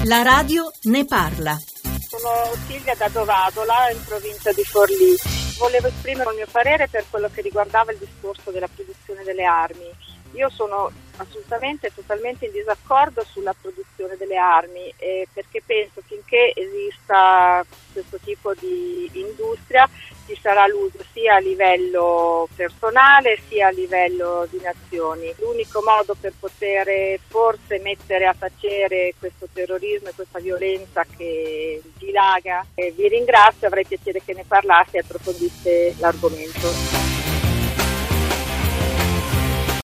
La radio ne parla. Sono Silvia da Dovadola, in provincia di Forlì. Volevo esprimere il mio parere per quello che riguardava il discorso della produzione delle armi. Io sono assolutamente e totalmente in disaccordo sulla produzione delle armi, perché penso che finché esista questo tipo di industria ci sarà l'uso sia a livello personale sia a livello di nazioni. L'unico modo per poter forse mettere a tacere questo terrorismo e questa violenza che dilaga. Vi ringrazio, avrei piacere che ne parlassi e approfondisse l'argomento.